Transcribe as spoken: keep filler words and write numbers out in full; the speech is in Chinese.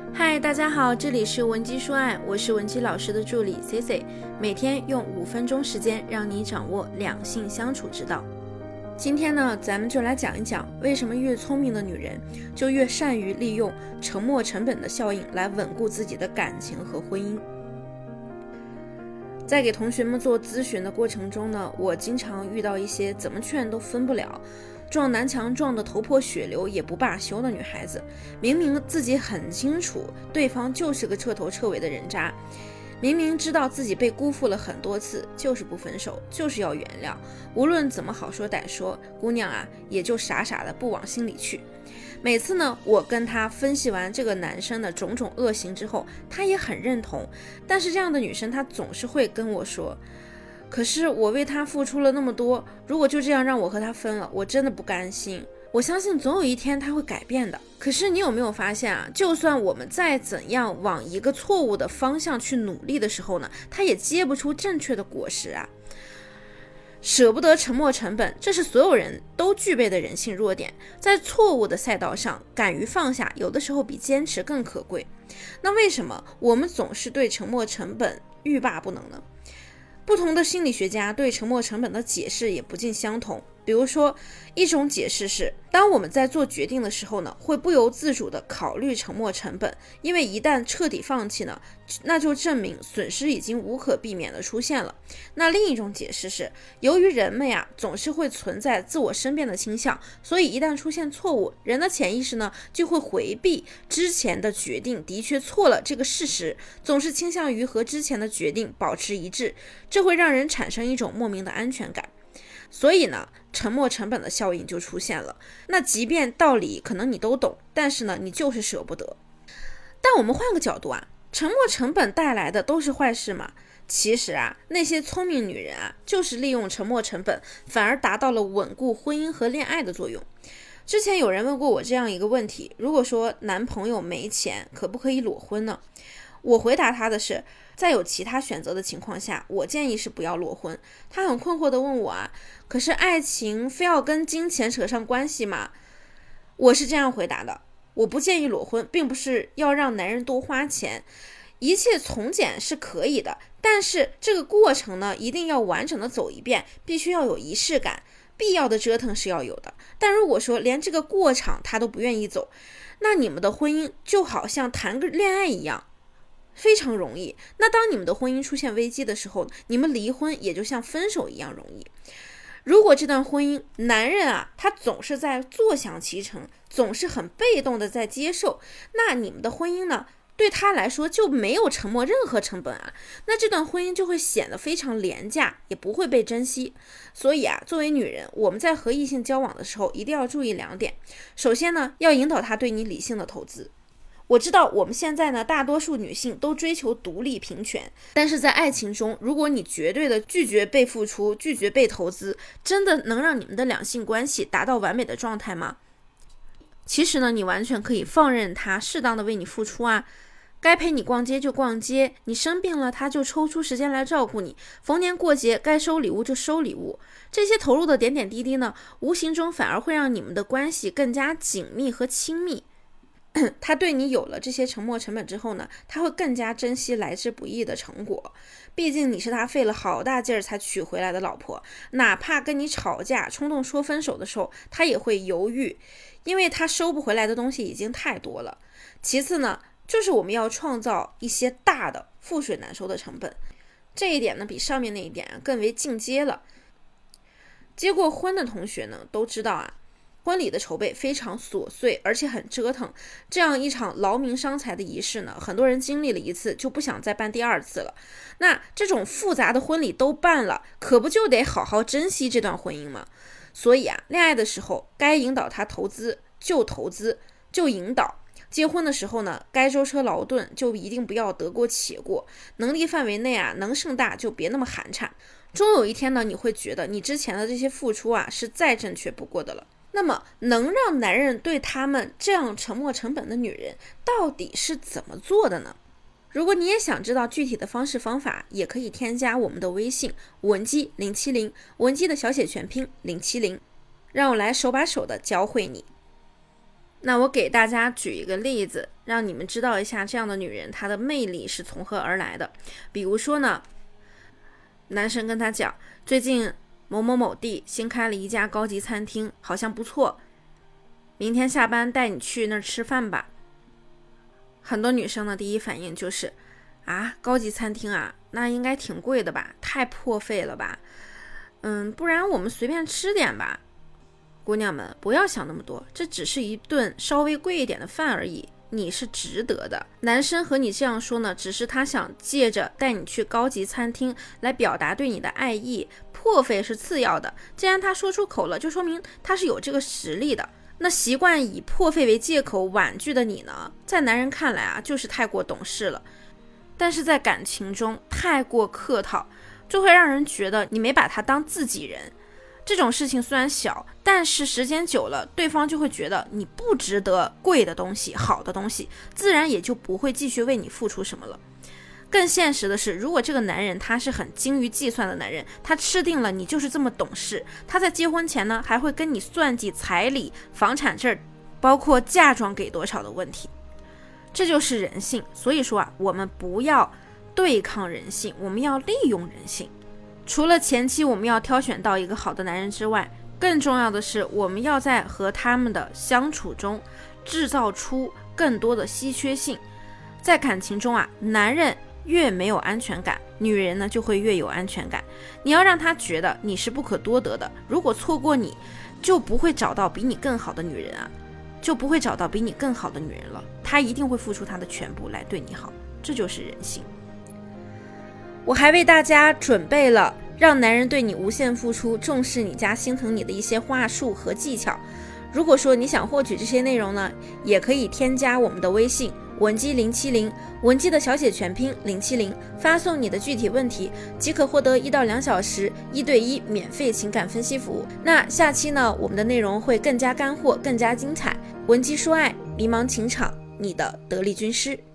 嗨，大家好，这里是文姬说爱，我是文姬老师的助理 C C， 每天用五分钟时间让你掌握两性相处之道。今天呢，咱们就来讲一讲为什么越聪明的女人就越善于利用沉没成本的效应来稳固自己的感情和婚姻。在给同学们做咨询的过程中呢，我经常遇到一些怎么劝都分不了，撞南墙撞得头破血流也不罢休的女孩子，明明自己很清楚对方就是个彻头彻尾的人渣，明明知道自己被辜负了很多次，就是不分手，就是要原谅，无论怎么好说歹说，姑娘啊也就傻傻的不往心里去。每次呢，我跟她分析完这个男生的种种恶行之后，她也很认同，但是这样的女生她总是会跟我说，可是我为他付出了那么多，如果就这样让我和他分了，我真的不甘心。我相信总有一天他会改变的。可是你有没有发现啊，就算我们再怎样往一个错误的方向去努力的时候呢，他也结不出正确的果实啊。舍不得沉没成本，这是所有人都具备的人性弱点。在错误的赛道上，敢于放下，有的时候比坚持更可贵。那为什么我们总是对沉没成本欲罢不能呢？不同的心理学家对沉没成本的解释也不尽相同。比如说，一种解释是，当我们在做决定的时候呢，会不由自主地考虑沉没成本，因为一旦彻底放弃呢，那就证明损失已经无可避免地出现了。那另一种解释是，由于人们呀总是会存在自我申辩的倾向，所以一旦出现错误，人的潜意识呢就会回避之前的决定的确错了这个事实，总是倾向于和之前的决定保持一致，这会让人产生一种莫名的安全感。所以呢，沉没成本的效应就出现了。那即便道理可能你都懂，但是呢，你就是舍不得。但我们换个角度啊，沉没成本带来的都是坏事吗？其实啊，那些聪明女人啊，就是利用沉没成本，反而达到了稳固婚姻和恋爱的作用。之前有人问过我这样一个问题，如果说男朋友没钱，可不可以裸婚呢？我回答他的是，在有其他选择的情况下，我建议是不要裸婚。他很困惑地问我啊，可是爱情非要跟金钱扯上关系吗？我是这样回答的，我不建议裸婚，并不是要让男人多花钱，一切从简是可以的，但是这个过程呢，一定要完整的走一遍，必须要有仪式感，必要的折腾是要有的。但如果说连这个过场他都不愿意走，那你们的婚姻就好像谈个恋爱一样，非常容易。那当你们的婚姻出现危机的时候，你们离婚也就像分手一样容易。如果这段婚姻男人啊，他总是在坐享其成，总是很被动的在接受，那你们的婚姻呢，对他来说就没有沉没任何成本啊，那这段婚姻就会显得非常廉价，也不会被珍惜。所以啊，作为女人，我们在和异性交往的时候一定要注意两点。首先呢，要引导他对你理性的投资。我知道我们现在呢，大多数女性都追求独立平权，但是在爱情中，如果你绝对的拒绝被付出，拒绝被投资，真的能让你们的两性关系达到完美的状态吗？其实呢，你完全可以放任他适当的为你付出啊，该陪你逛街就逛街，你生病了他就抽出时间来照顾你，逢年过节该收礼物就收礼物，这些投入的点点滴滴呢，无形中反而会让你们的关系更加紧密和亲密。他对你有了这些沉没成本之后呢，他会更加珍惜来之不易的成果。毕竟你是他费了好大劲儿才娶回来的老婆，哪怕跟你吵架冲动说分手的时候，他也会犹豫，因为他收不回来的东西已经太多了。其次呢，就是我们要创造一些大的覆水难收的成本，这一点呢比上面那一点更为进阶了。结过婚的同学呢都知道啊，婚礼的筹备非常琐碎，而且很折腾。这样一场劳民伤财的仪式呢，很多人经历了一次就不想再办第二次了。那这种复杂的婚礼都办了，可不就得好好珍惜这段婚姻吗？所以啊，恋爱的时候该引导他投资就投资就引导，结婚的时候呢，该舟车劳顿就一定不要得过且过，能力范围内啊，能盛大就别那么寒碜。终有一天呢，你会觉得你之前的这些付出啊，是再正确不过的了。那么能让男人对他们这样沉没成本的女人到底是怎么做的呢？如果你也想知道具体的方式方法，也可以添加我们的微信文姬零七零，文姬的小写全拼零七零，让我来手把手的教会你。 那我给大家举一个例子，让你们知道一下这样的女人她的魅力是从何而来的。比如说呢，男生跟她讲，最近某某某地新开了一家高级餐厅，好像不错，明天下班带你去那儿吃饭吧。很多女生的第一反应就是啊，高级餐厅啊，那应该挺贵的吧，太破费了吧，嗯，不然我们随便吃点吧。姑娘们不要想那么多，这只是一顿稍微贵一点的饭而已，你是值得的。男生和你这样说呢，只是他想借着带你去高级餐厅来表达对你的爱意，破费是次要的。既然他说出口了，就说明他是有这个实力的。那习惯以破费为借口婉拒的你呢，在男人看来啊，就是太过懂事了。但是在感情中太过客套，就会让人觉得你没把他当自己人。这种事情虽然小，但是时间久了，对方就会觉得你不值得贵的东西、好的东西，自然也就不会继续为你付出什么了。更现实的是，如果这个男人他是很精于计算的男人，他吃定了你就是这么懂事，他在结婚前呢还会跟你算计彩礼、房产证，包括嫁妆给多少的问题。这就是人性。所以说啊，我们不要对抗人性，我们要利用人性。除了前期我们要挑选到一个好的男人之外，更重要的是我们要在和他们的相处中制造出更多的稀缺性。在感情中啊，男人越没有安全感，女人呢就会越有安全感。你要让他觉得你是不可多得的，如果错过你，就不会找到比你更好的女人啊，就不会找到比你更好的女人了。他一定会付出他的全部来对你好，这就是人性。我还为大家准备了让男人对你无限付出、重视你加心疼你的一些话术和技巧。如果说你想获取这些内容呢，也可以添加我们的微信文姬零七零，文姬的小写全拼零七零，发送你的具体问题，即可获得一到两小时一对一免费情感分析服务。那下期呢，我们的内容会更加干货，更加精彩。文姬说爱，迷茫情场，你的得力军师。